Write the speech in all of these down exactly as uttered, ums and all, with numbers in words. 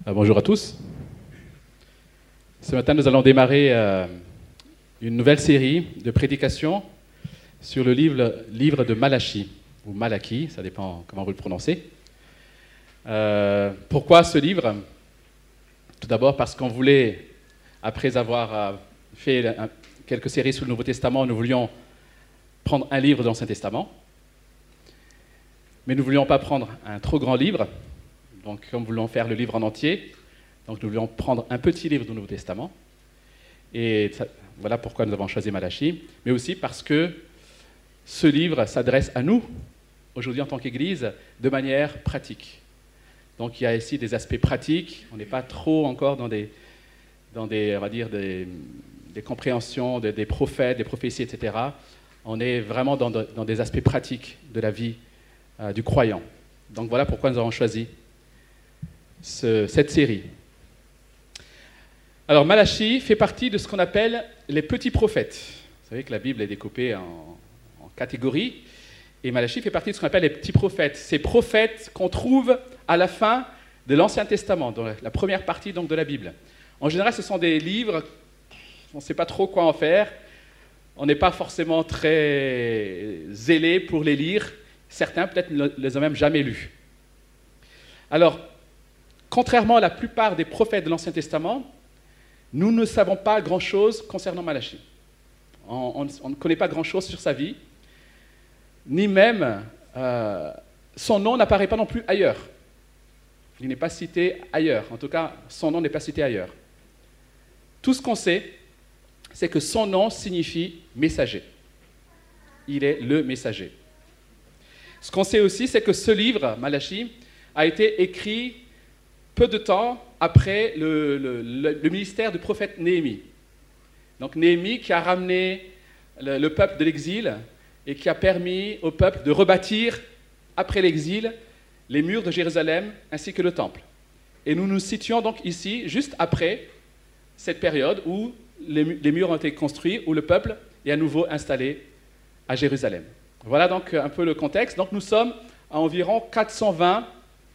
Euh, bonjour à tous. Ce matin, nous allons démarrer euh, une nouvelle série de prédications sur le livre, livre de Malachie, ou Malachie, ça dépend comment vous le prononcez. Euh, pourquoi ce livre? Tout d'abord parce qu'on voulait, après avoir euh, fait un, quelques séries sur le Nouveau Testament, nous voulions prendre un livre de l'Ancien Testament, mais nous ne voulions pas prendre un trop grand livre. Donc, comme nous voulions faire le livre en entier, donc nous voulions prendre un petit livre du Nouveau Testament. Et ça, voilà pourquoi nous avons choisi Malachie, mais aussi parce que ce livre s'adresse à nous, aujourd'hui en tant qu'Église, de manière pratique. Donc il y a ici des aspects pratiques, on n'est pas trop encore dans des, dans des on va dire, des, des compréhensions des, des prophètes, des prophéties, et cetera. On est vraiment dans, de, dans des aspects pratiques de la vie euh, du croyant. Donc voilà pourquoi nous avons choisi Ce, cette série. Alors Malachie fait partie de ce qu'on appelle les petits prophètes. Vous savez que la Bible est découpée en, en catégories, et Malachie fait partie de ce qu'on appelle les petits prophètes. Ces prophètes qu'on trouve à la fin de l'Ancien Testament, dans la première partie donc de la Bible. En général, ce sont des livres, on ne sait pas trop quoi en faire, on n'est pas forcément très zélé pour les lire, certains peut-être ne les ont même jamais lus. Alors, contrairement à la plupart des prophètes de l'Ancien Testament, nous ne savons pas grand-chose concernant Malachie. On, on, on ne connaît pas grand-chose sur sa vie, ni même euh, son nom n'apparaît pas non plus ailleurs. Il n'est pas cité ailleurs, en tout cas, son nom n'est pas cité ailleurs. Tout ce qu'on sait, c'est que son nom signifie messager. Il est le messager. Ce qu'on sait aussi, c'est que ce livre, Malachie, a été écrit peu de temps après le, le, le, le ministère du prophète Néhémie. Donc Néhémie qui a ramené le, le peuple de l'exil et qui a permis au peuple de rebâtir, après l'exil, les murs de Jérusalem ainsi que le temple. Et nous nous situons donc ici, juste après cette période où les, les murs ont été construits, où le peuple est à nouveau installé à Jérusalem. Voilà donc un peu le contexte. Donc nous sommes à environ quatre cent vingt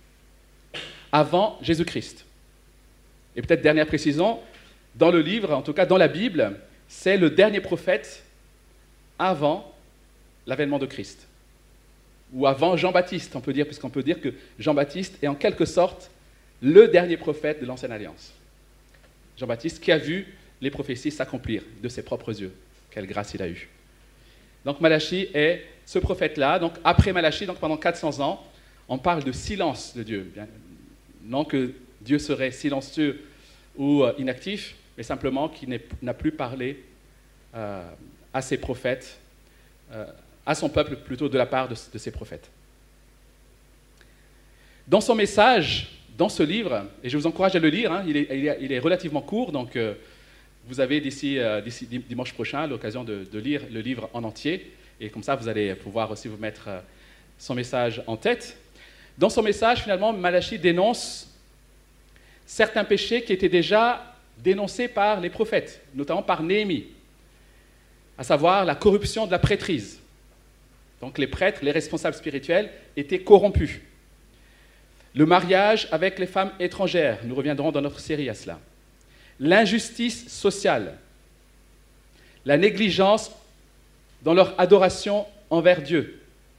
avant Jésus-Christ. Et peut-être dernière précision, dans le livre, en tout cas dans la Bible, c'est le dernier prophète avant l'avènement de Christ. Ou avant Jean-Baptiste, on peut dire, puisqu'on peut dire que Jean-Baptiste est en quelque sorte le dernier prophète de l'Ancienne Alliance. Jean-Baptiste qui a vu les prophéties s'accomplir de ses propres yeux. Quelle grâce il a eue. Donc Malachie est ce prophète-là. Donc après Malachie, donc pendant quatre cents ans, on parle de silence de Dieu. Bien, non que Dieu serait silencieux ou euh, inactif, mais simplement qu'il n'a plus parlé euh, à ses prophètes, euh, à son peuple plutôt de la part de, de ses prophètes. Dans son message, dans ce livre, et je vous encourage à le lire, hein, il, est, il, est, il est relativement court, donc euh, vous avez d'ici euh, d'ici dimanche prochain l'occasion de, de lire le livre en entier, et comme ça vous allez pouvoir aussi vous mettre euh, son message en tête. Dans son message, finalement, Malachie dénonce certains péchés qui étaient déjà dénoncés par les prophètes, notamment par Néhémie, à savoir la corruption de la prêtrise. Donc les prêtres, les responsables spirituels, étaient corrompus. Le mariage avec les femmes étrangères, nous reviendrons dans notre série à cela. L'injustice sociale, la négligence dans leur adoration envers Dieu.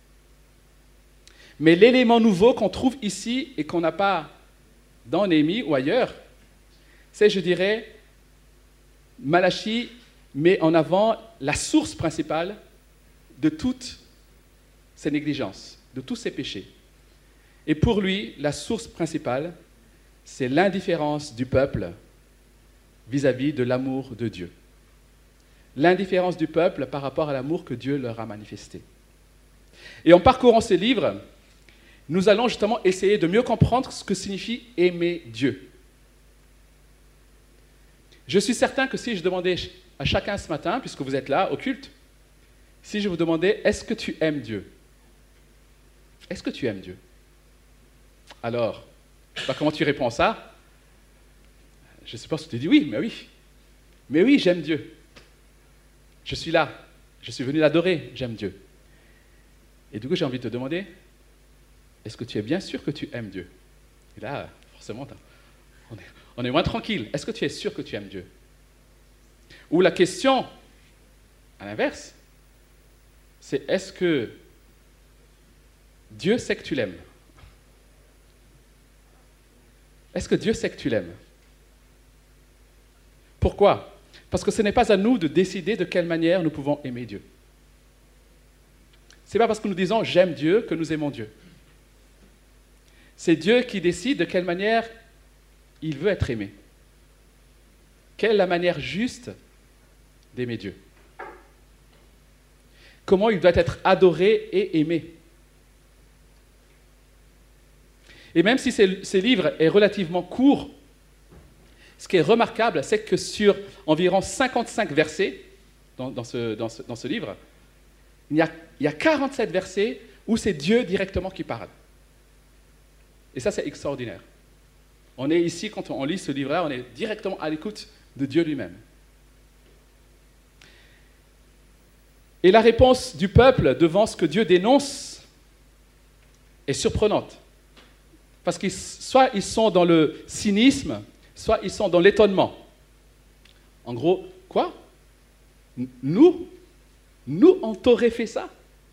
Mais l'élément nouveau qu'on trouve ici et qu'on n'a pas dans Néhémie ou ailleurs, c'est, je dirais, Malachie met en avant la source principale de toutes ces négligences, de tous ces péchés. Et pour lui, la source principale, c'est l'indifférence du peuple vis-à-vis de l'amour de Dieu. L'indifférence du peuple par rapport à l'amour que Dieu leur a manifesté. Et en parcourant ces livres, nous allons justement essayer de mieux comprendre ce que signifie aimer Dieu. Je suis certain que si je demandais à chacun ce matin, puisque vous êtes là, au culte, si je vous demandais, est-ce que tu aimes Dieu? Est-ce que tu aimes Dieu? Alors, je ne sais pas comment tu réponds à ça. Je suppose que tu dis oui, mais oui. Mais oui, j'aime Dieu. Je suis là. Je suis venu l'adorer, j'aime Dieu. Et du coup, j'ai envie de te demander, est-ce que tu es bien sûr que tu aimes Dieu? Et là, forcément, on est, on est moins tranquille. Est-ce que tu es sûr que tu aimes Dieu? Ou la question, à l'inverse, c'est est-ce que Dieu sait que tu l'aimes? Est-ce que Dieu sait que tu l'aimes? Pourquoi? Parce que ce n'est pas à nous de décider de quelle manière nous pouvons aimer Dieu. Ce n'est pas parce que nous disons « j'aime Dieu » que nous aimons Dieu. C'est Dieu qui décide de quelle manière il veut être aimé. Quelle est la manière juste d'aimer Dieu? Comment il doit être adoré et aimé? Et même si ce livre est relativement court, ce qui est remarquable, c'est que sur environ cinquante-cinq versets dans, dans, ce, dans, ce, dans ce livre, il y, a, il y a quarante-sept versets où c'est Dieu directement qui parle. Et ça, c'est extraordinaire. On est ici, quand on lit ce livre-là, on est directement à l'écoute de Dieu lui-même. Et la réponse du peuple devant ce que Dieu dénonce est surprenante. Parce que soit ils sont dans le cynisme, soit ils sont dans l'étonnement. En gros, quoi? Nous? Nous, on t'aurait fait ça?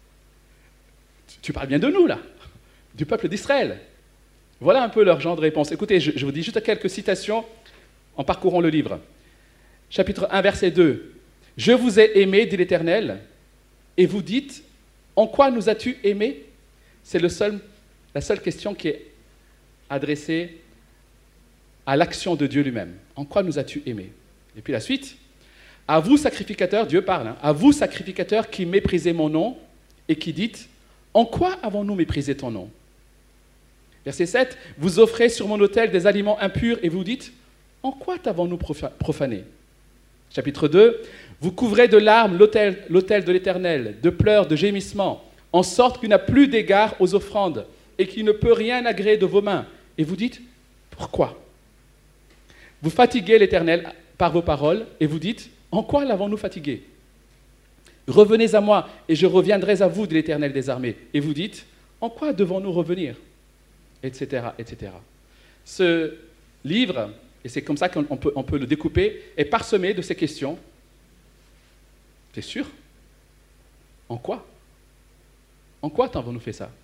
Tu parles bien de nous, là, du peuple d'Israël. Voilà un peu leur genre de réponse. Écoutez, je, je vous dis juste quelques citations en parcourant le livre. Chapitre un, verset deux. « Je vous ai aimé, dit l'Éternel, et vous dites, en quoi nous as-tu aimés » C'est le seul, la seule question qui est adressée à l'action de Dieu lui-même. « En quoi nous as-tu aimés » Et puis la suite. « À vous, sacrificateurs, Dieu parle, hein, à vous, sacrificateurs qui méprisez mon nom et qui dites, en quoi avons-nous méprisé ton nom » Verset sept. « Vous offrez sur mon autel des aliments impurs et vous dites, en quoi t'avons-nous profané » Chapitre deux. « Vous couvrez de larmes l'autel, l'autel de l'Éternel, de pleurs, de gémissements, en sorte qu'il n'a plus d'égard aux offrandes et qu'il ne peut rien agréer de vos mains. Et vous dites, pourquoi? Vous fatiguez l'Éternel par vos paroles et vous dites, en quoi l'avons-nous fatigué? Revenez à moi et je reviendrai à vous, dit l'Éternel des armées. Et vous dites, en quoi devons-nous revenir? Etc. et cetera. Ce livre, et c'est comme ça qu'on peut, on peut le découper, est parsemé de ces questions. T'es sûr? En quoi? En quoi t'avons-nous fait ça?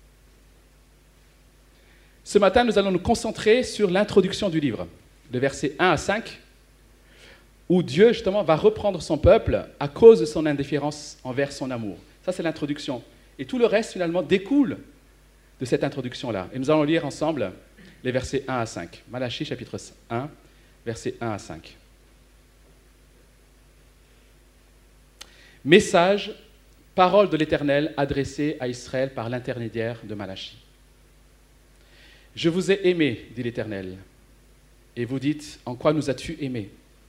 Ce matin, nous allons nous concentrer sur l'introduction du livre, le verset un à cinq, où Dieu, justement, va reprendre son peuple à cause de son indifférence envers son amour. Ça, c'est l'introduction. Et tout le reste, finalement, découle de cette introduction-là. Et nous allons lire ensemble les versets un à cinq. Malachie, chapitre un, versets un à cinq. Message, parole de l'Éternel adressée à Israël par l'intermédiaire de Malachie. Je vous ai aimé, dit l'Éternel, et vous dites, en quoi nous as-tu aimés?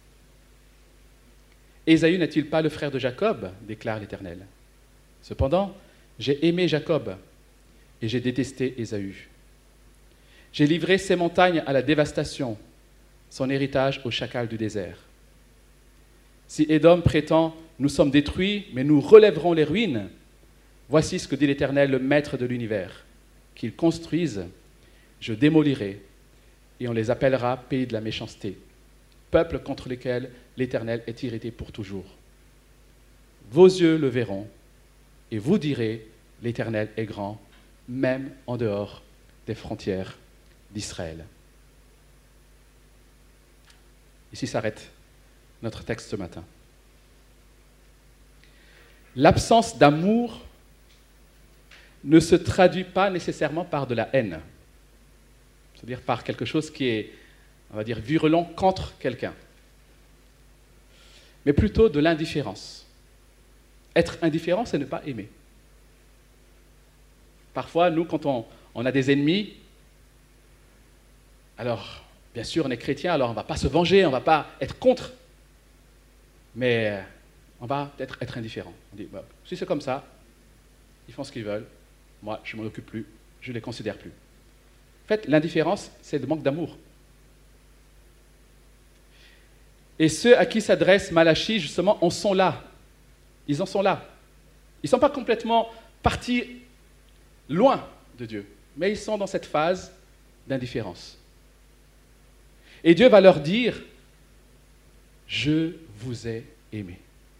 Ésaü n'est-il pas le frère de Jacob, déclare l'Éternel. Cependant, j'ai aimé Jacob et j'ai détesté Ésaü. J'ai livré ses montagnes à la dévastation, son héritage au chacal du désert. Si Édom prétend, nous sommes détruits, mais nous relèverons les ruines, voici ce que dit l'Éternel, le maître de l'univers. Qu'ils construisent, je démolirai, et on les appellera pays de la méchanceté, peuple contre lequel l'Éternel est irrité pour toujours. Vos yeux le verront, et vous direz, l'Éternel est grand, même en dehors des frontières d'Israël. Ici s'arrête notre texte ce matin. L'absence d'amour ne se traduit pas nécessairement par de la haine, c'est-à-dire par quelque chose qui est, on va dire, virulent contre quelqu'un, mais plutôt de l'indifférence. Être indifférent, c'est ne pas aimer. Parfois, nous, quand on, on a des ennemis, alors, bien sûr, on est chrétien, alors on ne va pas se venger, on ne va pas être contre, mais on va peut-être être indifférent. On dit, bah, si c'est comme ça, ils font ce qu'ils veulent, moi, je ne m'en occupe plus, je ne les considère plus. En fait, l'indifférence, c'est le manque d'amour. Et ceux à qui s'adresse Malachie, justement, en sont là. Ils en sont là. Ils ne sont pas complètement partis loin de Dieu, mais ils sont dans cette phase d'indifférence. Et Dieu va leur dire, je vous ai aimé.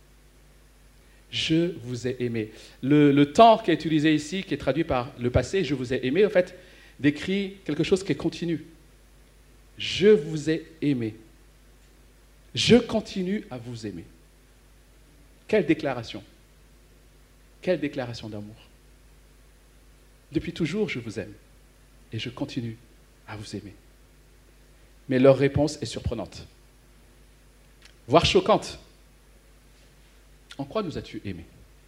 Je vous ai aimé. Le, le temps qui est utilisé ici, qui est traduit par le passé, je vous ai aimé, en fait, décrit quelque chose qui est continu. Je vous ai aimé. Je continue à vous aimer. Quelle déclaration! Quelle déclaration d'amour! Depuis toujours, je vous aime et je continue à vous aimer. Mais leur réponse est surprenante, voire choquante. En quoi nous as-tu aimés?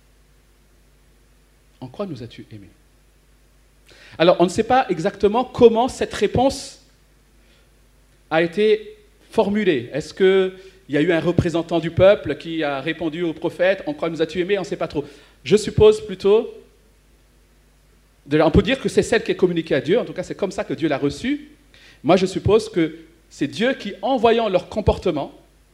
En quoi nous as-tu aimés? Alors, on ne sait pas exactement comment cette réponse a été formulée. Est-ce qu'il y a eu un représentant du peuple qui a répondu au prophète, en quoi nous as-tu aimés? On ne sait pas trop. Je suppose plutôt, de, on peut dire que c'est celle qui est communiquée à Dieu, en tout cas c'est comme ça que Dieu l'a reçue. Moi je suppose que c'est Dieu qui, en voyant leur comportement,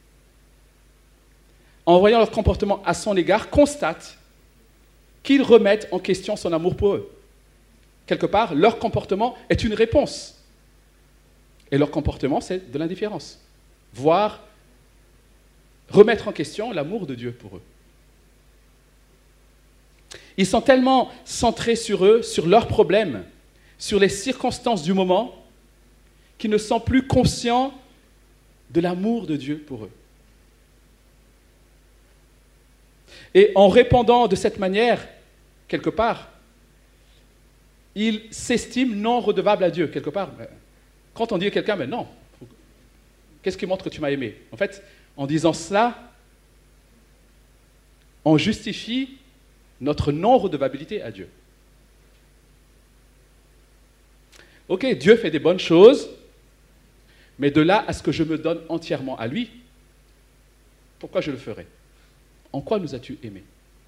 en voyant leur comportement à son égard, constate qu'ils remettent en question son amour pour eux. Quelque part, leur comportement est une réponse. Et leur comportement, c'est de l'indifférence. Voire remettre en question l'amour de Dieu pour eux. Ils sont tellement centrés sur eux, sur leurs problèmes, sur les circonstances du moment, qu'ils ne sont plus conscients de l'amour de Dieu pour eux. Et en répondant de cette manière, quelque part, ils s'estiment non redevables à Dieu. Quelque part, quand on dit à quelqu'un, mais non, qu'est-ce qui montre que tu m'as aimé? En fait, en disant cela, on justifie notre non-redevabilité à Dieu. Ok, Dieu fait des bonnes choses, mais de là à ce que je me donne entièrement à lui, pourquoi je le ferais? En quoi nous as-tu aimés?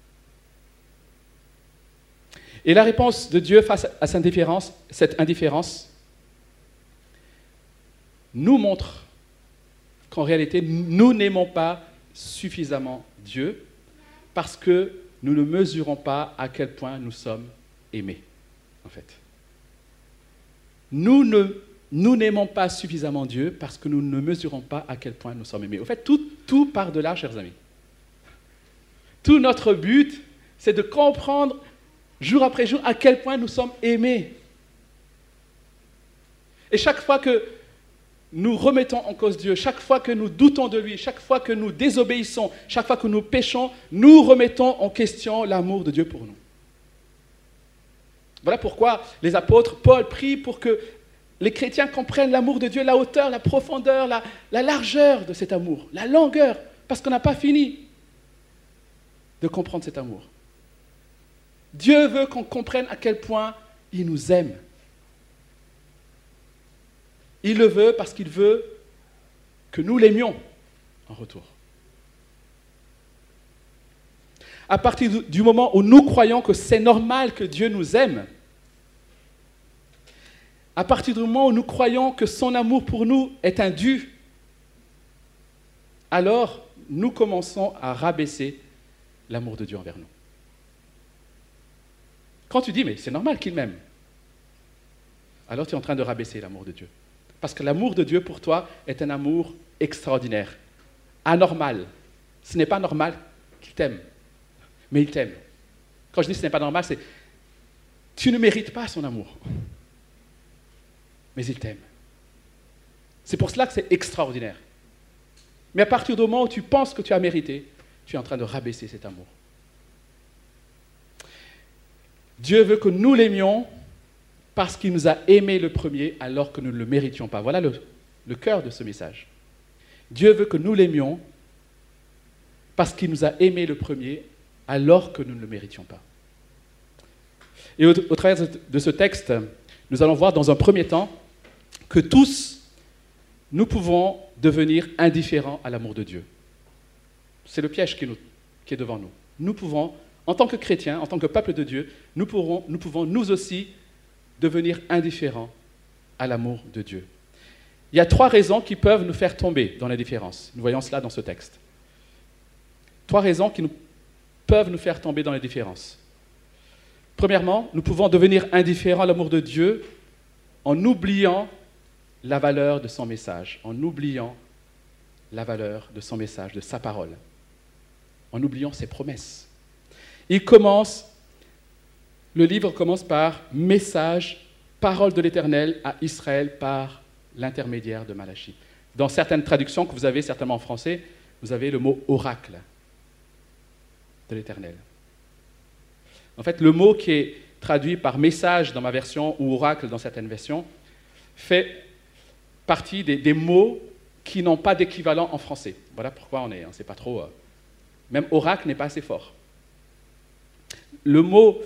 Et la réponse de Dieu face à cette indifférence, cette indifférence nous montre qu'en réalité, nous n'aimons pas suffisamment Dieu parce que nous ne mesurons pas à quel point nous sommes aimés, en fait. Nous ne, nous n'aimons pas suffisamment Dieu parce que nous ne mesurons pas à quel point nous sommes aimés. En fait, tout, tout part de là, chers amis. Tout notre but, c'est de comprendre jour après jour à quel point nous sommes aimés. Et chaque fois que nous remettons en cause Dieu, chaque fois que nous doutons de lui, chaque fois que nous désobéissons, chaque fois que nous péchons, nous remettons en question l'amour de Dieu pour nous. Voilà pourquoi les apôtres, Paul prie pour que les chrétiens comprennent l'amour de Dieu, la hauteur, la profondeur, la, la largeur de cet amour, la longueur, parce qu'on n'a pas fini de comprendre cet amour. Dieu veut qu'on comprenne à quel point il nous aime. Il le veut parce qu'il veut que nous l'aimions en retour. À partir du moment où nous croyons que c'est normal que Dieu nous aime, à partir du moment où nous croyons que son amour pour nous est un dû, alors nous commençons à rabaisser l'amour de Dieu envers nous. Quand tu dis, mais c'est normal qu'il m'aime, alors tu es en train de rabaisser l'amour de Dieu. Parce que l'amour de Dieu pour toi est un amour extraordinaire, anormal. Ce n'est pas normal qu'il t'aime, mais il t'aime. Quand je dis ce n'est pas normal, c'est tu ne mérites pas son amour, mais il t'aime. C'est pour cela que c'est extraordinaire. Mais à partir du moment où tu penses que tu as mérité, tu es en train de rabaisser cet amour. Dieu veut que nous l'aimions parce qu'il nous a aimés le premier alors que nous ne le méritions pas. Voilà le, le cœur de ce message. Dieu veut que nous l'aimions parce qu'il nous a aimés le premier alors que nous ne le méritions pas. Et au, au travers de ce texte, nous allons voir dans un premier temps que tous, nous pouvons devenir indifférents à l'amour de Dieu. C'est le piège qui, nous, qui est devant nous. Nous pouvons, en tant que chrétiens, en tant que peuple de Dieu, nous, pourrons, nous pouvons nous aussi devenir indifférents à l'amour de Dieu. Il y a trois raisons qui peuvent nous faire tomber dans l'indifférence. Nous voyons cela dans ce texte. Trois raisons qui nous, peuvent nous faire tomber dans l'indifférence. Premièrement, nous pouvons devenir indifférents à l'amour de Dieu en oubliant la valeur de son message, en oubliant la valeur de son message, de sa parole, en oubliant ses promesses. Il commence, le livre commence par « Message, parole de l'Éternel à Israël par l'intermédiaire de Malachie ». Dans certaines traductions que vous avez certainement en français, vous avez le mot « oracle » de l'Éternel. En fait, le mot qui est traduit par « message » dans ma version ou « oracle » dans certaines versions, fait partie des, des mots qui n'ont pas d'équivalent en français. Voilà pourquoi on ne sait pas trop... Euh, même « oracle » n'est pas assez fort. Le mot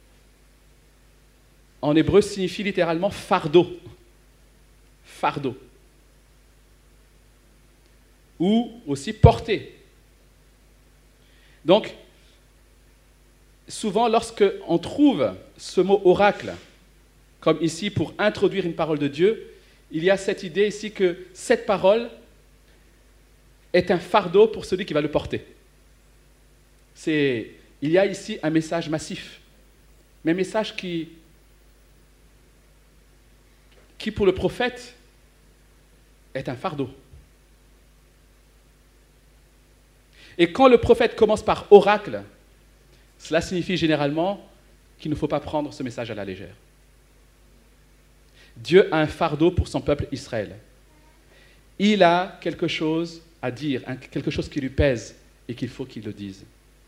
en hébreu signifie littéralement « fardeau ». Fardeau. Ou aussi « porter ». Donc, souvent, lorsqu'on trouve ce mot « oracle », comme ici pour introduire une parole de Dieu, il y a cette idée ici que cette parole est un fardeau pour celui qui va le porter. C'est, il y a ici un message massif, mais un message qui, qui pour le prophète, est un fardeau. Et quand le prophète commence par oracle, cela signifie généralement qu'il ne faut pas prendre ce message à la légère. Dieu a un fardeau pour son peuple Israël. Il a quelque chose à dire, quelque chose qui lui pèse et qu'il faut qu'il le dise.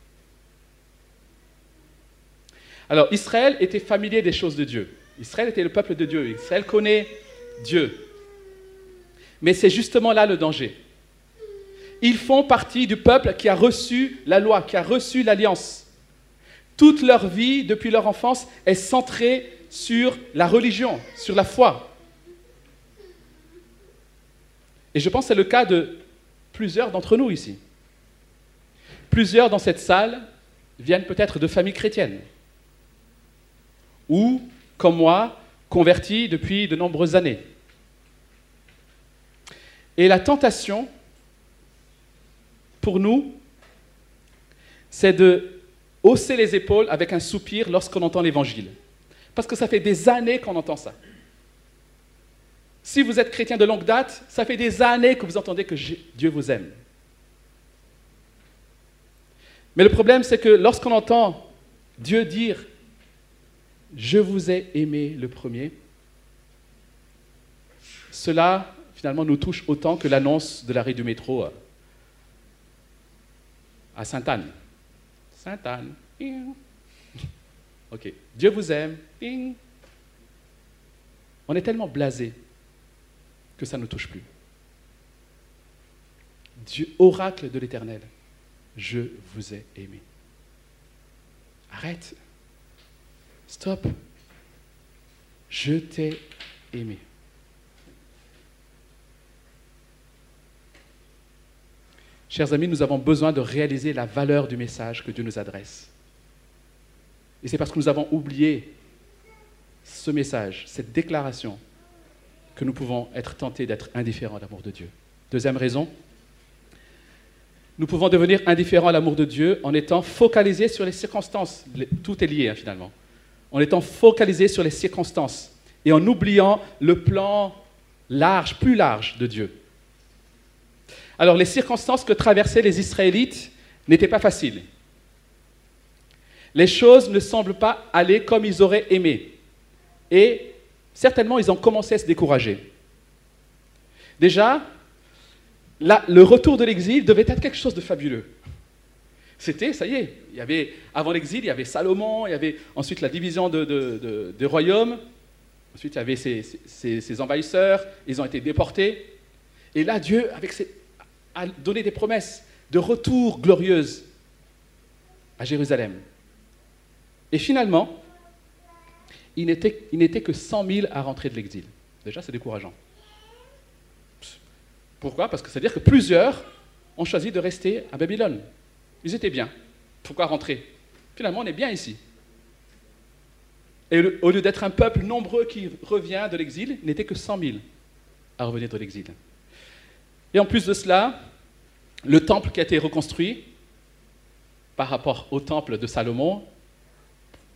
Alors, Israël était familier des choses de Dieu. Israël était le peuple de Dieu. Israël connaît Dieu. Mais c'est justement là le danger. Ils font partie du peuple qui a reçu la loi, qui a reçu l'alliance. Toute leur vie, depuis leur enfance, est centrée sur la religion, sur la foi. Et je pense que c'est le cas de plusieurs d'entre nous ici. Plusieurs dans cette salle viennent peut-être de familles chrétiennes. Ou, comme moi, convertis depuis de nombreuses années. Et la tentation, pour nous, c'est de hausser les épaules avec un soupir lorsqu'on entend l'Évangile. Parce que ça fait des années qu'on entend ça. Si vous êtes chrétien de longue date, ça fait des années que vous entendez que Dieu vous aime. Mais le problème, c'est que lorsqu'on entend Dieu dire « Je vous ai aimé le premier », cela, finalement, nous touche autant que l'annonce de l'arrêt du métro à Sainte-Anne. Sainte-Anne. Ok. Dieu vous aime. Ding. On est tellement blasé que ça ne nous touche plus. Dieu, oracle de l'Éternel, je vous ai aimé. Arrête. Stop. Je t'ai aimé. Chers amis, nous avons besoin de réaliser la valeur du message que Dieu nous adresse. Et c'est parce que nous avons oublié ce message, cette déclaration, que nous pouvons être tentés d'être indifférents à l'amour de Dieu. Deuxième raison, nous pouvons devenir indifférents à l'amour de Dieu en étant focalisés sur les circonstances. Tout est lié, hein, finalement. En étant focalisés sur les circonstances et en oubliant le plan large, plus large de Dieu. Alors, les circonstances que traversaient les Israélites n'étaient pas faciles. Les choses ne semblent pas aller comme ils auraient aimé. Et certainement, ils ont commencé à se décourager. Déjà, là, le retour de l'exil devait être quelque chose de fabuleux. C'était, ça y est, il y avait, avant l'exil, il y avait Salomon, il y avait ensuite la division de, de, de, de royaumes, ensuite il y avait ses, ses, ses envahisseurs, ils ont été déportés. Et là, Dieu, avec ses, a donné des promesses de retour glorieuses à Jérusalem. Et finalement, il n'était, il n'était que cent mille à rentrer de l'exil. Déjà, c'est décourageant. Pourquoi? Parce que ça veut dire que plusieurs ont choisi de rester à Babylone. Ils étaient bien. Pourquoi rentrer? Finalement, on est bien ici. Et au lieu d'être un peuple nombreux qui revient de l'exil, il n'était que cent mille à revenir de l'exil. Et en plus de cela, le temple qui a été reconstruit par rapport au temple de Salomon,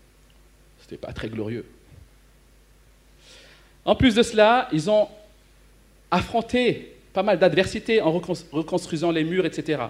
ce n'était pas très glorieux. En plus de cela, ils ont affronté pas mal d'adversités en reconstruisant les murs, et cetera.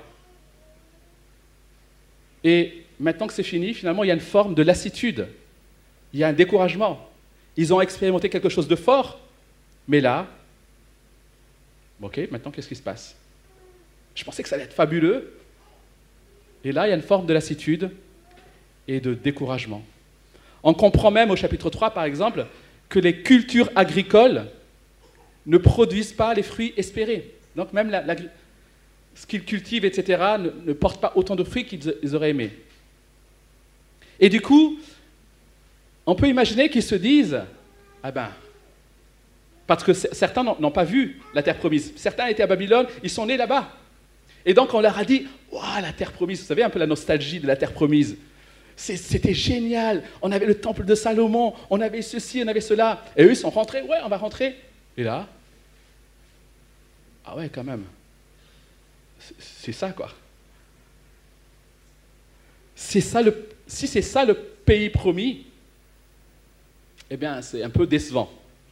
Et maintenant que c'est fini, finalement, il y a une forme de lassitude. Il y a un découragement. Ils ont expérimenté quelque chose de fort, mais là, ok, maintenant, qu'est-ce qui se passe? Je pensais que ça allait être fabuleux. Et là, il y a une forme de lassitude et de découragement. On comprend même au chapitre trois, par exemple, que les cultures agricoles ne produisent pas les fruits espérés. Donc même la, la, ce qu'ils cultivent, et cetera, ne, ne porte pas autant de fruits qu'ils auraient aimé. Et du coup, on peut imaginer qu'ils se disent, ah ben, parce que certains n'ont pas vu la terre promise. Certains étaient à Babylone, ils sont nés là-bas. Et donc on leur a dit, waouh, la terre promise, vous savez un peu la nostalgie de la terre promise. C'était génial, on avait le temple de Salomon, on avait ceci, on avait cela. Et eux, ils sont rentrés, ouais, on va rentrer. Et là, ah ouais, quand même, c'est ça, quoi. C'est ça le, si c'est ça le pays promis, eh bien, c'est un peu décevant.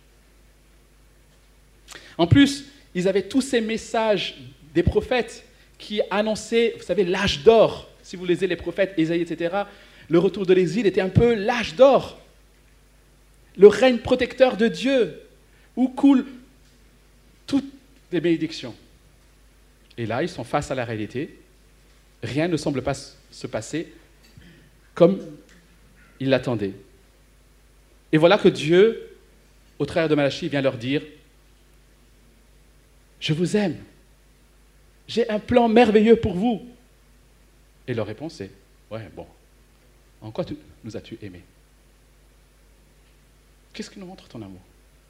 En plus, ils avaient tous ces messages des prophètes qui annonçaient, vous savez, l'âge d'or. Si vous lisez les prophètes, Ésaïe, et cetera, le retour de l'exil était un peu l'âge d'or. Le règne protecteur de Dieu, où coulent toutes les bénédictions. Et là, ils sont face à la réalité. Rien ne semble pas se passer comme ils l'attendaient. Et voilà que Dieu, au travers de Malachie, vient leur dire, « Je vous aime. J'ai un plan merveilleux pour vous. » Et leur réponse est, « Ouais, bon, en quoi tu, nous as-tu aimés? Qu'est-ce qui nous montre ton amour ?»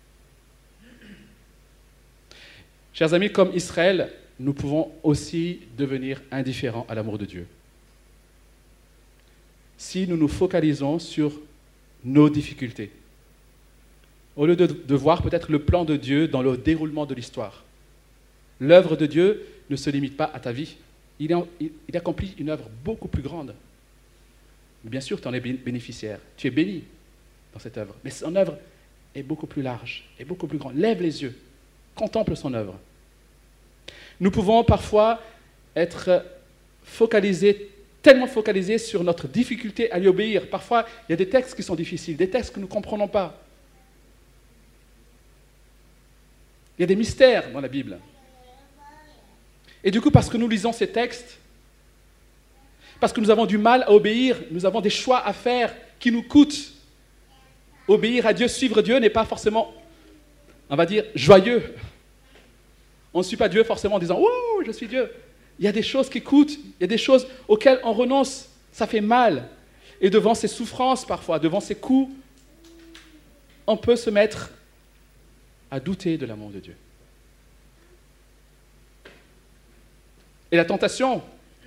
Chers amis, comme Israël, nous pouvons aussi devenir indifférents à l'amour de Dieu. Si nous nous focalisons sur nos difficultés, au lieu de, de voir peut-être le plan de Dieu dans le déroulement de l'histoire. L'œuvre de Dieu ne se limite pas à ta vie. Il, est, il, il accomplit une œuvre beaucoup plus grande. Bien sûr, tu en es bénéficiaire. Tu es béni dans cette œuvre. Mais son œuvre est beaucoup plus large, est beaucoup plus grande. Lève les yeux, contemple son œuvre. Nous pouvons parfois être focalisés, tellement focalisés sur notre difficulté à lui obéir. Parfois, il y a des textes qui sont difficiles, des textes que nous ne comprenons pas. Il y a des mystères dans la Bible. Et du coup, parce que nous lisons ces textes, parce que nous avons du mal à obéir, nous avons des choix à faire qui nous coûtent. Obéir à Dieu, suivre Dieu n'est pas forcément, on va dire, joyeux. On ne suit pas Dieu forcément en disant « Wouh, je suis Dieu ». Il y a des choses qui coûtent, il y a des choses auxquelles on renonce, ça fait mal. Et devant ces souffrances parfois, devant ces coups, on peut se mettre à douter de l'amour de Dieu. Et la tentation,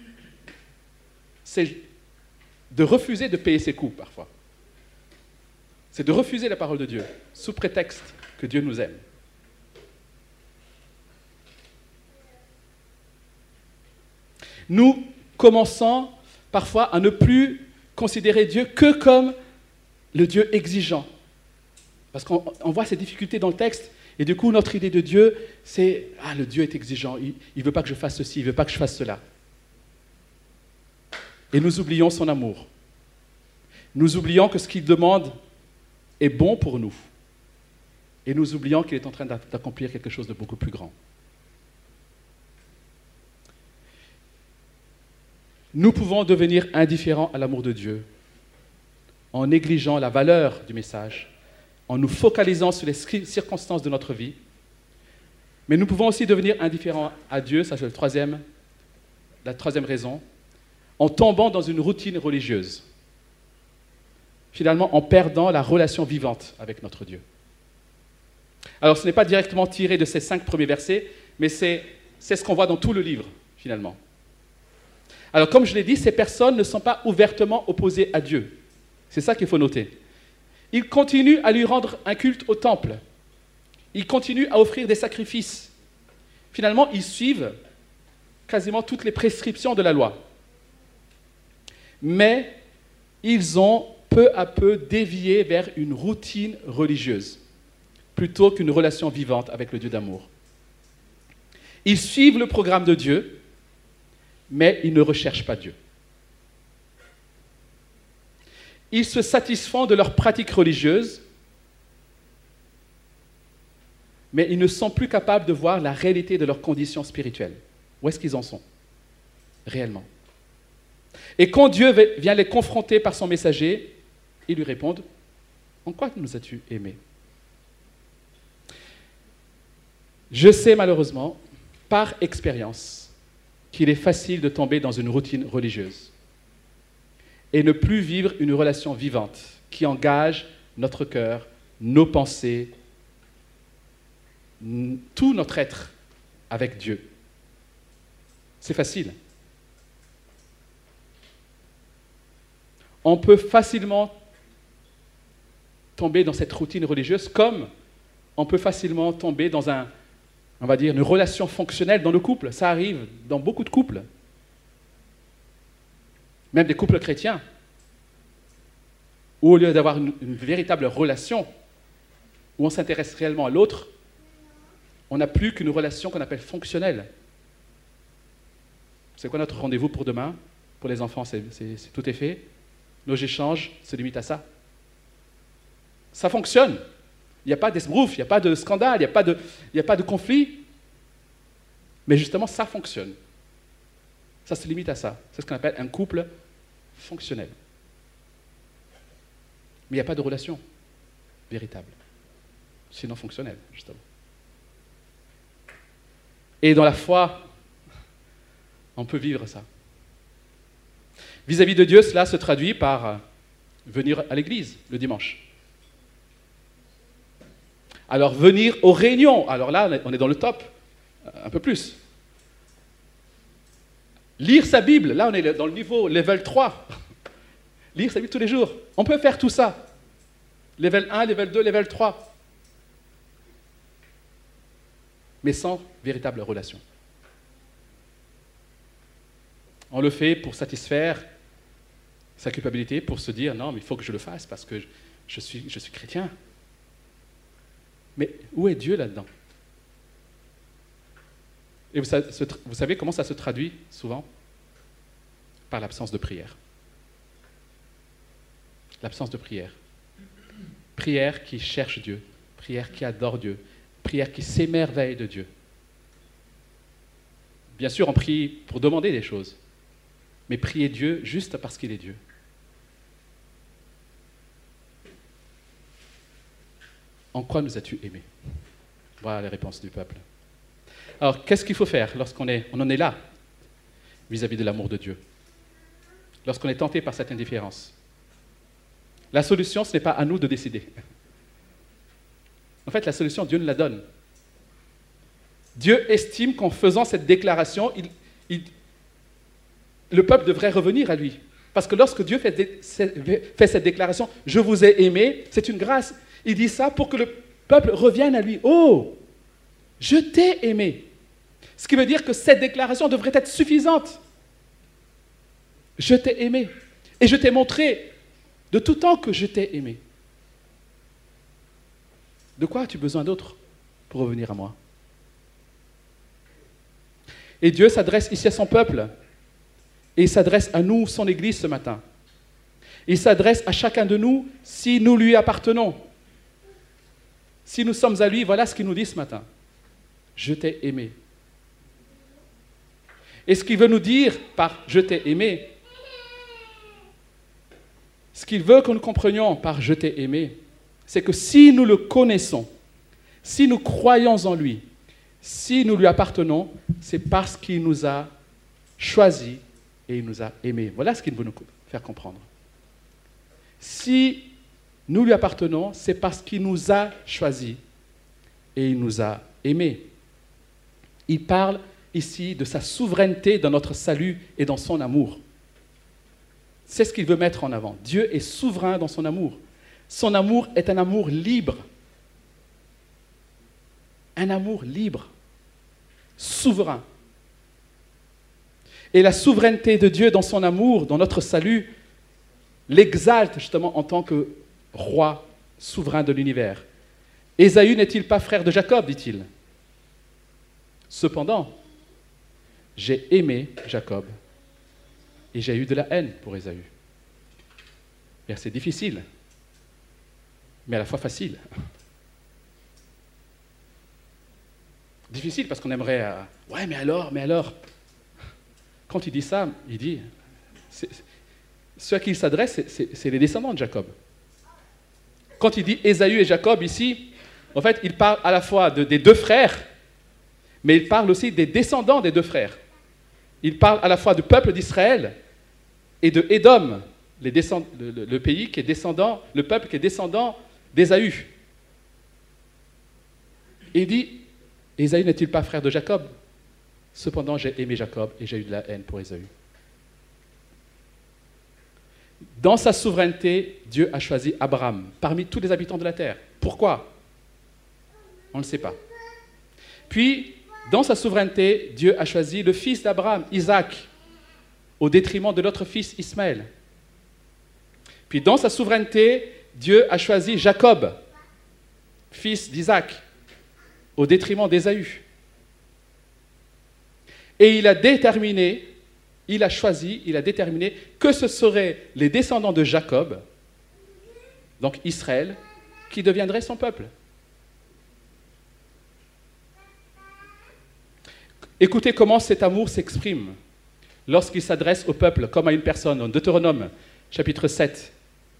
c'est de refuser de payer ses coups parfois. C'est de refuser la parole de Dieu, sous prétexte que Dieu nous aime. Nous commençons parfois à ne plus considérer Dieu que comme le Dieu exigeant. Parce qu'on on voit ces difficultés dans le texte, et du coup, notre idée de Dieu, c'est « Ah, le Dieu est exigeant, il ne veut pas que je fasse ceci, il ne veut pas que je fasse cela. » Et nous oublions son amour. Nous oublions que ce qu'il demande est bon pour nous. Et nous oublions qu'il est en train d'accomplir quelque chose de beaucoup plus grand. Nous pouvons devenir indifférents à l'amour de Dieu en négligeant la valeur du message, en nous focalisant sur les circonstances de notre vie. Mais nous pouvons aussi devenir indifférents à Dieu, ça c'est le troisième, la troisième raison, en tombant dans une routine religieuse. Finalement, en perdant la relation vivante avec notre Dieu. Alors, ce n'est pas directement tiré de ces cinq premiers versets, mais c'est ce qu'on voit dans tout le livre, finalement. Alors, comme je l'ai dit, ces personnes ne sont pas ouvertement opposées à Dieu. C'est ça qu'il faut noter. Ils continuent à lui rendre un culte au temple. Ils continuent à offrir des sacrifices. Finalement, ils suivent quasiment toutes les prescriptions de la loi. Mais ils ont peu à peu dévié vers une routine religieuse, plutôt qu'une relation vivante avec le Dieu d'amour. Ils suivent le programme de Dieu, mais ils ne recherchent pas Dieu. Ils se satisfont de leurs pratiques religieuses, mais ils ne sont plus capables de voir la réalité de leurs conditions spirituelles. Où est-ce qu'ils en sont, réellement? Et quand Dieu vient les confronter par son messager, ils lui répondent, « En quoi nous as-tu aimés ?» Je sais malheureusement, par expérience, qu'il est facile de tomber dans une routine religieuse et ne plus vivre une relation vivante qui engage notre cœur, nos pensées, tout notre être avec Dieu. C'est facile. On peut facilement tomber dans cette routine religieuse comme on peut facilement tomber dans un, on va dire, une relation fonctionnelle dans le couple. Ça arrive dans beaucoup de couples. Même des couples chrétiens. Où au lieu d'avoir une, une véritable relation, où on s'intéresse réellement à l'autre, on n'a plus qu'une relation qu'on appelle fonctionnelle. C'est quoi notre rendez-vous pour demain? Pour les enfants, c'est, c'est, c'est tout est fait. Nos échanges se limitent à ça. Ça fonctionne. Il n'y a pas d'esbrouf, il n'y a pas de scandale, il n'y a pas de, il n'y a pas de conflit. Mais justement, ça fonctionne. Ça se limite à ça. C'est ce qu'on appelle un couple fonctionnel. Mais il n'y a pas de relation véritable. Sinon fonctionnelle, justement. Et dans la foi, on peut vivre ça. Vis-à-vis de Dieu, cela se traduit par venir à l'église le dimanche. Alors venir aux réunions, alors là on est dans le top, un peu plus. Lire sa Bible, là on est dans le niveau level trois. Lire sa Bible tous les jours. On peut faire tout ça. Level un, level deux, level trois. Mais sans véritable relation. On le fait pour satisfaire sa culpabilité, pour se dire non, mais il faut que je le fasse parce que je suis, je suis chrétien. Mais où est Dieu là-dedans? Et vous savez, vous savez comment ça se traduit souvent? Par l'absence de prière. L'absence de prière. Prière qui cherche Dieu, prière qui adore Dieu, prière qui s'émerveille de Dieu. Bien sûr, on prie pour demander des choses, mais prier Dieu juste parce qu'il est Dieu. En quoi nous as-tu aimés? Voilà les réponses du peuple. Alors, qu'est-ce qu'il faut faire lorsqu'on est, on en est là, vis-à-vis de l'amour de Dieu? Lorsqu'on est tenté par cette indifférence? La solution, ce n'est pas à nous de décider. En fait, la solution, Dieu nous la donne. Dieu estime qu'en faisant cette déclaration, il, il, le peuple devrait revenir à lui. Parce que lorsque Dieu fait, fait cette déclaration, « Je vous ai aimé », c'est une grâce. Il dit ça pour que le peuple revienne à lui. « Oh, je t'ai aimé ». Ce qui veut dire que cette déclaration devrait être suffisante. « Je t'ai aimé ». Et je t'ai montré de tout temps que je t'ai aimé. De quoi as-tu besoin d'autre pour revenir à moi? Et Dieu s'adresse ici à son peuple. Et il s'adresse à nous, son Église, ce matin. Il s'adresse à chacun de nous si nous lui appartenons. Si nous sommes à lui, voilà ce qu'il nous dit ce matin. Je t'ai aimé. Et ce qu'il veut nous dire par « je t'ai aimé », ce qu'il veut que nous comprenions par « je t'ai aimé », c'est que si nous le connaissons, si nous croyons en lui, si nous lui appartenons, c'est parce qu'il nous a choisis et il nous a aimés. Voilà ce qu'il veut nous faire comprendre. Si nous lui appartenons, c'est parce qu'il nous a choisis et il nous a aimés. Il parle ici de sa souveraineté dans notre salut et dans son amour. C'est ce qu'il veut mettre en avant. Dieu est souverain dans son amour. Son amour est un amour libre. Un amour libre, souverain. Et la souveraineté de Dieu dans son amour, dans notre salut, l'exalte justement en tant que roi souverain de l'univers. Ésaü n'est-il pas frère de Jacob, dit-il? Cependant, j'ai aimé Jacob et j'ai eu de la haine pour Ésaü. Verset difficile, mais à la fois facile. Difficile parce qu'on aimerait... Euh, ouais, mais alors, mais alors... Quand il dit ça, il dit... C'est, ceux à qui il s'adresse, c'est, c'est, c'est les descendants de Jacob. Quand il dit Ésaü et Jacob ici, en fait, il parle à la fois de, des deux frères, mais il parle aussi des descendants des deux frères. Il parle à la fois du peuple d'Israël et de Édom, les descend, le, le, le pays qui est descendant, le peuple qui est descendant d'Ésaü. Et il dit, Ésaü n'est-il pas frère de Jacob? Cependant, j'ai aimé Jacob et j'ai eu de la haine pour Ésaü. Dans sa souveraineté, Dieu a choisi Abraham parmi tous les habitants de la terre. Pourquoi? On ne le sait pas. Puis, dans sa souveraineté, Dieu a choisi le fils d'Abraham, Isaac, au détriment de l'autre fils, Ismaël. Puis, dans sa souveraineté, Dieu a choisi Jacob, fils d'Isaac, au détriment d'Ésaü. Et il a déterminé, il a choisi, il a déterminé que ce seraient les descendants de Jacob, donc Israël, qui deviendraient son peuple. Écoutez comment cet amour s'exprime lorsqu'il s'adresse au peuple comme à une personne, en Deutéronome, chapitre sept.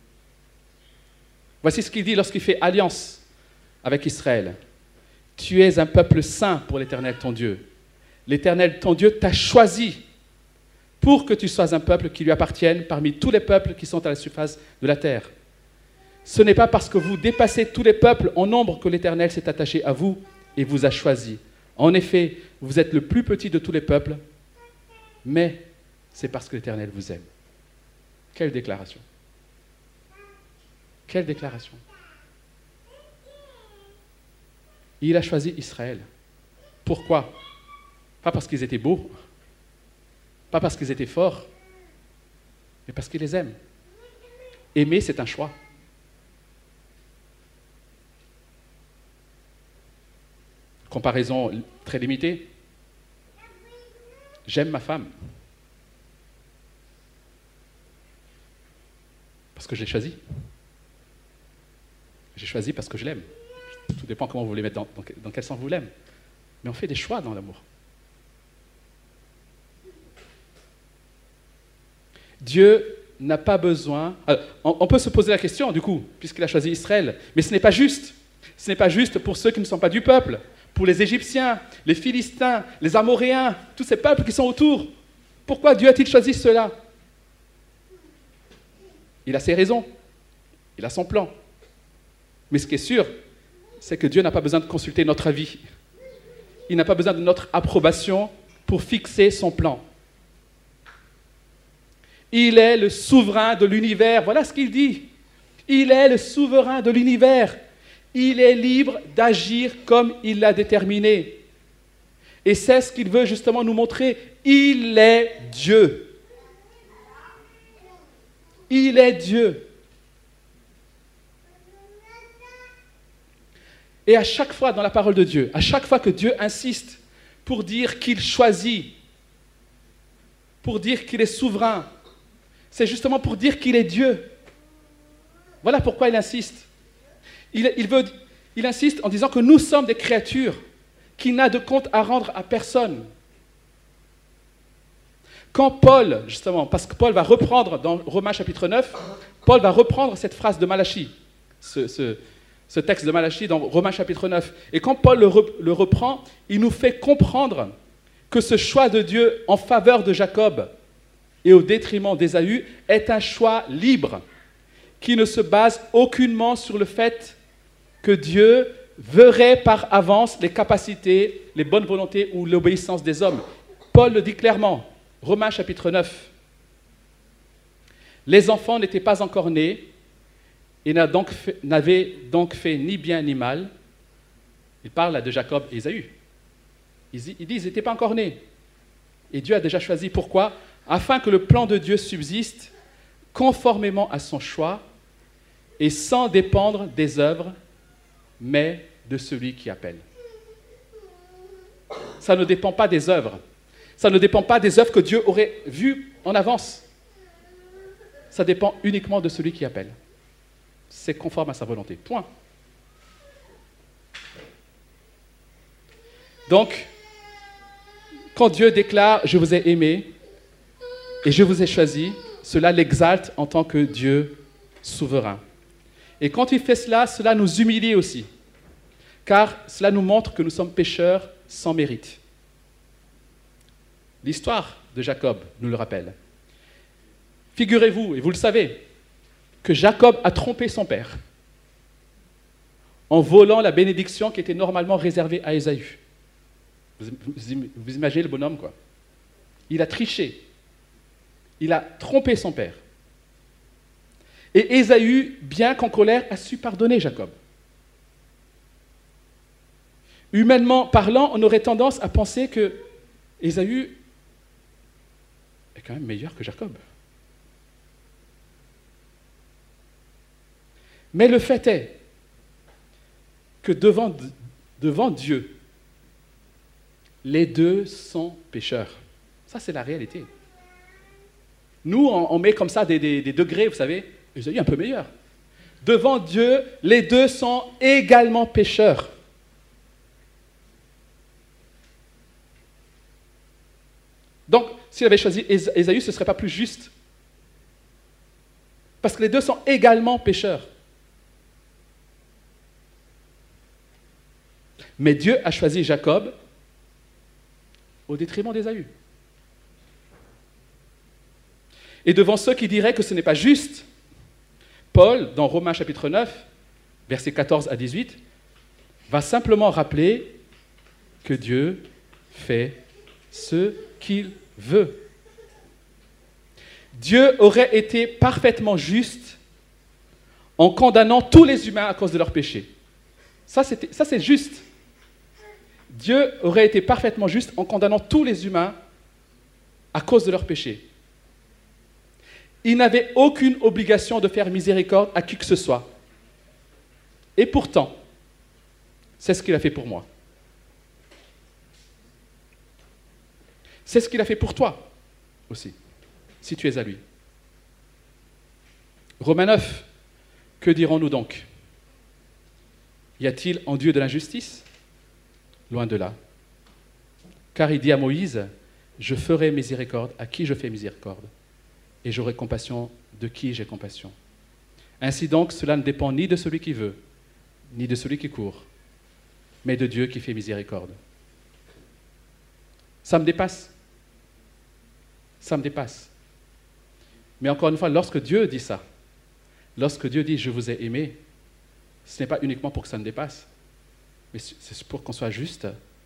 Voici ce qu'il dit lorsqu'il fait alliance avec Israël. « Tu es un peuple saint pour l'Éternel ton Dieu. L'Éternel ton Dieu t'a choisi pour que tu sois un peuple qui lui appartienne parmi tous les peuples qui sont à la surface de la terre. Ce n'est pas parce que vous dépassez tous les peuples en nombre que l'Éternel s'est attaché à vous et vous a choisi. En effet, vous êtes le plus petit de tous les peuples, mais c'est parce que l'Éternel vous aime. » Quelle déclaration! Quelle déclaration! Il a choisi Israël. Pourquoi? Pas parce qu'ils étaient beaux, pas parce qu'ils étaient forts, mais parce qu'il les aime. Aimer, c'est un choix. Comparaison très limitée. J'aime ma femme. Parce que je l'ai choisie. J'ai choisi parce que je l'aime. Tout dépend comment vous voulez mettre, dans, dans, dans quel sens vous l'aimez. Mais on fait des choix dans l'amour. Dieu n'a pas besoin... Alors, on, on peut se poser la question, du coup, puisqu'il a choisi Israël, mais ce n'est pas juste. Ce n'est pas juste pour ceux qui ne sont pas du peuple, pour les Égyptiens, les Philistins, les Amoréens, tous ces peuples qui sont autour. Pourquoi Dieu a-t-il choisi ceux-là? Il a ses raisons, il a son plan. Mais ce qui est sûr, c'est que Dieu n'a pas besoin de consulter notre avis. Il n'a pas besoin de notre approbation pour fixer son plan. Il est le souverain de l'univers. Voilà ce qu'il dit. Il est le souverain de l'univers. Il est libre d'agir comme il l'a déterminé. Et c'est ce qu'il veut justement nous montrer. Il est Dieu. Il est Dieu. Et à chaque fois dans la parole de Dieu, à chaque fois que Dieu insiste pour dire qu'il choisit, pour dire qu'il est souverain, c'est justement pour dire qu'il est Dieu. Voilà pourquoi il insiste. Il, il, veut, il insiste en disant que nous sommes des créatures, qu'il n'a de compte à rendre à personne. Quand Paul, justement, parce que Paul va reprendre dans Romains chapitre neuf, Paul va reprendre cette phrase de Malachie, ce, ce, ce texte de Malachie dans Romains chapitre neuf. Et quand Paul le, re, le reprend, il nous fait comprendre que ce choix de Dieu en faveur de Jacob et au détriment d'Ésaü est un choix libre qui ne se base aucunement sur le fait que Dieu verrait par avance les capacités, les bonnes volontés ou l'obéissance des hommes. Paul le dit clairement, Romains chapitre neuf. Les enfants n'étaient pas encore nés et n'avaient donc, donc fait ni bien ni mal. Il parle là de Jacob et Ésaü. Il dit qu'ils n'étaient pas encore nés. Et Dieu a déjà choisi. Pourquoi? Afin que le plan de Dieu subsiste conformément à son choix et sans dépendre des œuvres, mais de celui qui appelle. ça ne dépend pas des œuvres. Ça ne dépend pas des œuvres que Dieu aurait vues en avance. Ça dépend uniquement de celui qui appelle. C'est conforme à sa volonté. Point. Donc, quand Dieu déclare « Je vous ai aimé et je vous ai choisi », cela l'exalte en tant que Dieu souverain. Et quand il fait cela, cela nous humilie aussi, car cela nous montre que nous sommes pécheurs sans mérite. L'histoire de Jacob nous le rappelle. Figurez-vous, et vous le savez, que Jacob a trompé son père en volant la bénédiction qui était normalement réservée à Ésaü. Vous, vous, vous imaginez le bonhomme, quoi. Il a triché. Il a trompé son père. Et Ésaü, bien qu'en colère, a su pardonner Jacob. Humainement parlant, on aurait tendance à penser que Ésaü est quand même meilleur que Jacob. Mais le fait est que devant, devant Dieu, les deux sont pécheurs. Ça, c'est la réalité. Nous, on, on met comme ça des, des, des degrés, vous savez, Ésaü est un peu meilleur. Devant Dieu, les deux sont également pécheurs. Donc, s'il avait choisi Ésaü, ce ne serait pas plus juste. Parce que les deux sont également pécheurs. Mais Dieu a choisi Jacob au détriment d'Ésaü. Et devant ceux qui diraient que ce n'est pas juste, Paul, dans Romains chapitre neuf, versets quatorze à dix-huit, va simplement rappeler que Dieu fait ce qu'il veut. Dieu aurait été parfaitement juste en condamnant tous les humains à cause de leurs péchés. Ça, c'était, ça, c'est juste. Dieu aurait été parfaitement juste en condamnant tous les humains à cause de leurs péchés. Il n'avait aucune obligation de faire miséricorde à qui que ce soit. Et pourtant, c'est ce qu'il a fait pour moi. C'est ce qu'il a fait pour toi aussi, si tu es à lui. Romains neuf, que dirons-nous donc? Y a-t-il en Dieu de l'injustice? Loin de là. Car il dit à Moïse, je ferai miséricorde à qui je fais miséricorde, et j'aurai compassion de qui j'ai compassion. Ainsi donc, cela ne dépend ni de celui qui veut, ni de celui qui court, mais de Dieu qui fait miséricorde. Ça me dépasse. Ça me dépasse. Mais encore une fois, lorsque Dieu dit ça, lorsque Dieu dit « je vous ai aimé », ce n'est pas uniquement pour que ça me dépasse, mais c'est pour qu'on soit juste,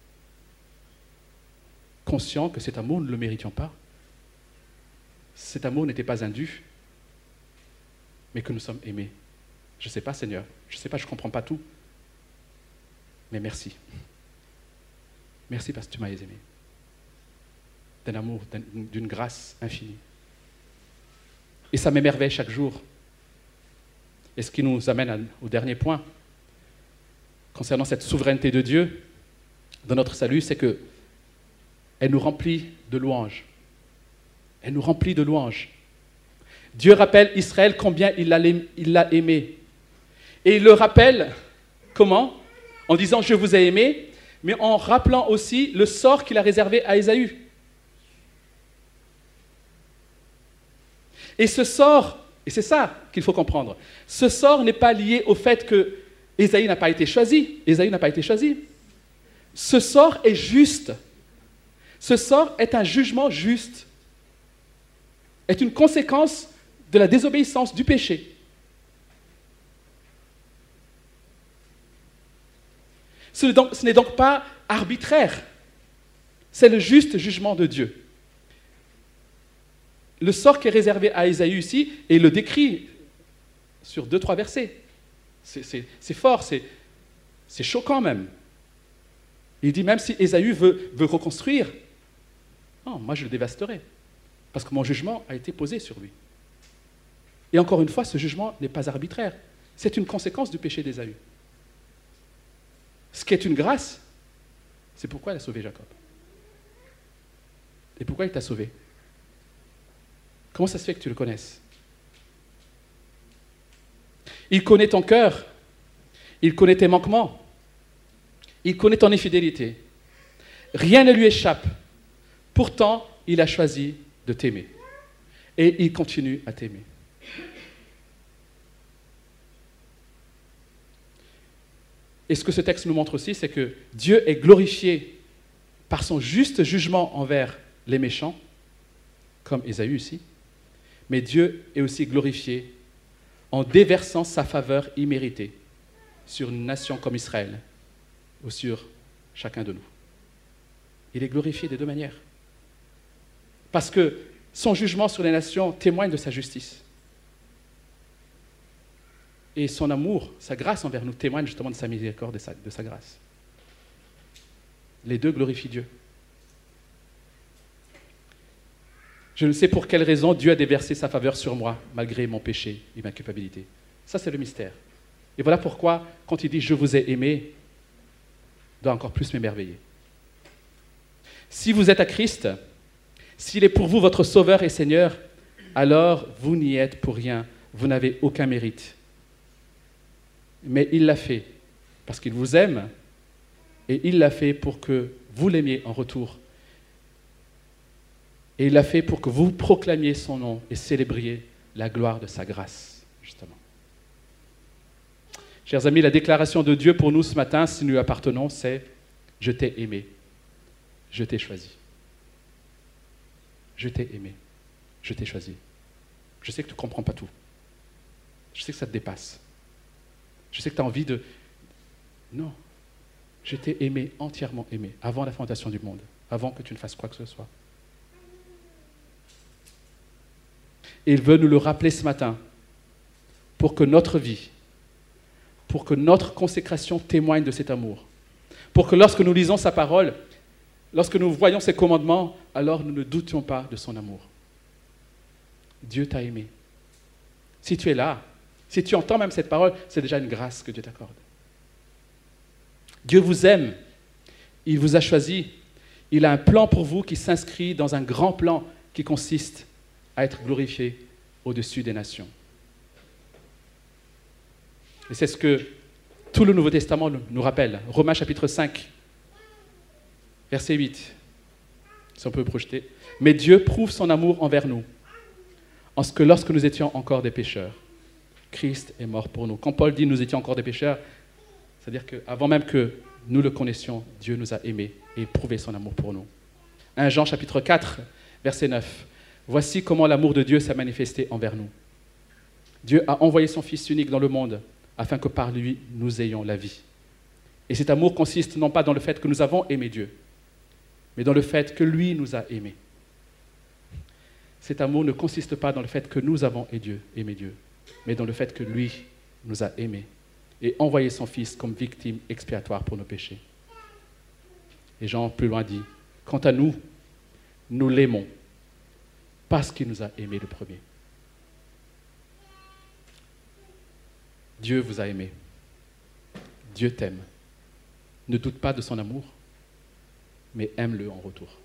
conscient que cet amour, nous ne le méritions pas. Cet amour n'était pas indu, mais que nous sommes aimés. Je ne sais pas, Seigneur, je ne sais pas, je ne comprends pas tout, mais merci. Merci parce que tu m'as aimé. D'un amour, d'une grâce infinie. Et ça m'émerveille chaque jour. Et ce qui nous amène à, au dernier point, concernant cette souveraineté de Dieu dans notre salut, c'est que elle nous remplit de louanges. Elle nous remplit de louanges. Dieu rappelle Israël combien il l'a, il l'a aimé. Et il le rappelle, comment? En disant « je vous ai aimé », mais en rappelant aussi le sort qu'il a réservé à Ésaü. Et ce sort, et c'est ça qu'il faut comprendre, ce sort n'est pas lié au fait que Ésaü n'a pas été choisi. Ésaü n'a pas été choisi. Ce sort est juste. Ce sort est un jugement juste. Est une conséquence de la désobéissance, du péché. Ce n'est donc, ce n'est donc pas arbitraire. C'est le juste jugement de Dieu. Le sort qui est réservé à Ésaü ici, et il le décrit sur deux, trois versets. C'est, c'est, c'est fort, c'est, c'est choquant même. Il dit même si Ésaü veut, veut reconstruire, non, moi je le dévasterai, parce que mon jugement a été posé sur lui. Et encore une fois, ce jugement n'est pas arbitraire. C'est une conséquence du péché d'Ésaü. Ce qui est une grâce, c'est pourquoi elle a sauvé Jacob. Et pourquoi il t'a sauvé? Comment ça se fait que tu le connaisses? Il connaît ton cœur. Il connaît tes manquements. Il connaît ton infidélité. Rien ne lui échappe. Pourtant, il a choisi de t'aimer. Et il continue à t'aimer. Et ce que ce texte nous montre aussi, c'est que Dieu est glorifié par son juste jugement envers les méchants, comme Ésaü ici, mais Dieu est aussi glorifié en déversant sa faveur imméritée sur une nation comme Israël ou sur chacun de nous. Il est glorifié des deux manières. Parce que son jugement sur les nations témoigne de sa justice. Et son amour, sa grâce envers nous témoigne justement de sa miséricorde et de sa, de sa grâce. Les deux glorifient Dieu. Je ne sais pour quelle raison Dieu a déversé sa faveur sur moi, malgré mon péché et ma culpabilité. Ça, c'est le mystère. Et voilà pourquoi, quand il dit « Je vous ai aimé », il doit encore plus m'émerveiller. Si vous êtes à Christ, s'il est pour vous votre Sauveur et Seigneur, alors vous n'y êtes pour rien, vous n'avez aucun mérite. Mais il l'a fait parce qu'il vous aime et il l'a fait pour que vous l'aimiez en retour. Et il l'a fait pour que vous proclamiez son nom et célébriez la gloire de sa grâce, justement. Chers amis, la déclaration de Dieu pour nous ce matin, si nous lui appartenons, c'est « Je t'ai aimé, je t'ai choisi. Je t'ai aimé, je t'ai choisi. » Je sais que tu ne comprends pas tout. Je sais que ça te dépasse. Je sais que tu as envie de... Non, je t'ai aimé, entièrement aimé, avant la fondation du monde, avant que tu ne fasses quoi que ce soit. Et il veut nous le rappeler ce matin, pour que notre vie, pour que notre consécration témoigne de cet amour, pour que lorsque nous lisons sa parole, lorsque nous voyons ses commandements, alors nous ne doutions pas de son amour. Dieu t'a aimé. Si tu es là, si tu entends même cette parole, c'est déjà une grâce que Dieu t'accorde. Dieu vous aime, il vous a choisi, il a un plan pour vous qui s'inscrit dans un grand plan qui consiste à être glorifié au-dessus des nations. Et c'est ce que tout le Nouveau Testament nous rappelle. Romains chapitre cinq, verset huit, si on peut projeter. « Mais Dieu prouve son amour envers nous, en ce que lorsque nous étions encore des pécheurs, Christ est mort pour nous. » Quand Paul dit « nous étions encore des pécheurs », c'est-à-dire qu'avant même que nous le connaissions, Dieu nous a aimés et prouvé son amour pour nous. premier Jean chapitre quatre, verset neuf. « Voici comment l'amour de Dieu s'est manifesté envers nous. Dieu a envoyé son Fils unique dans le monde afin que par lui nous ayons la vie. Et cet amour consiste non pas dans le fait que nous avons aimé Dieu, mais dans le fait que lui nous a aimés. Cet amour ne consiste pas dans le fait que nous avons aimé Dieu, mais dans le fait que lui nous a aimés et envoyé son Fils comme victime expiatoire pour nos péchés. » Et Jean, plus loin, dit, « Quant à nous, nous l'aimons parce qu'il nous a aimés le premier. » Dieu vous a aimé. Dieu t'aime. Ne doute pas de son amour, mais aime-le en retour.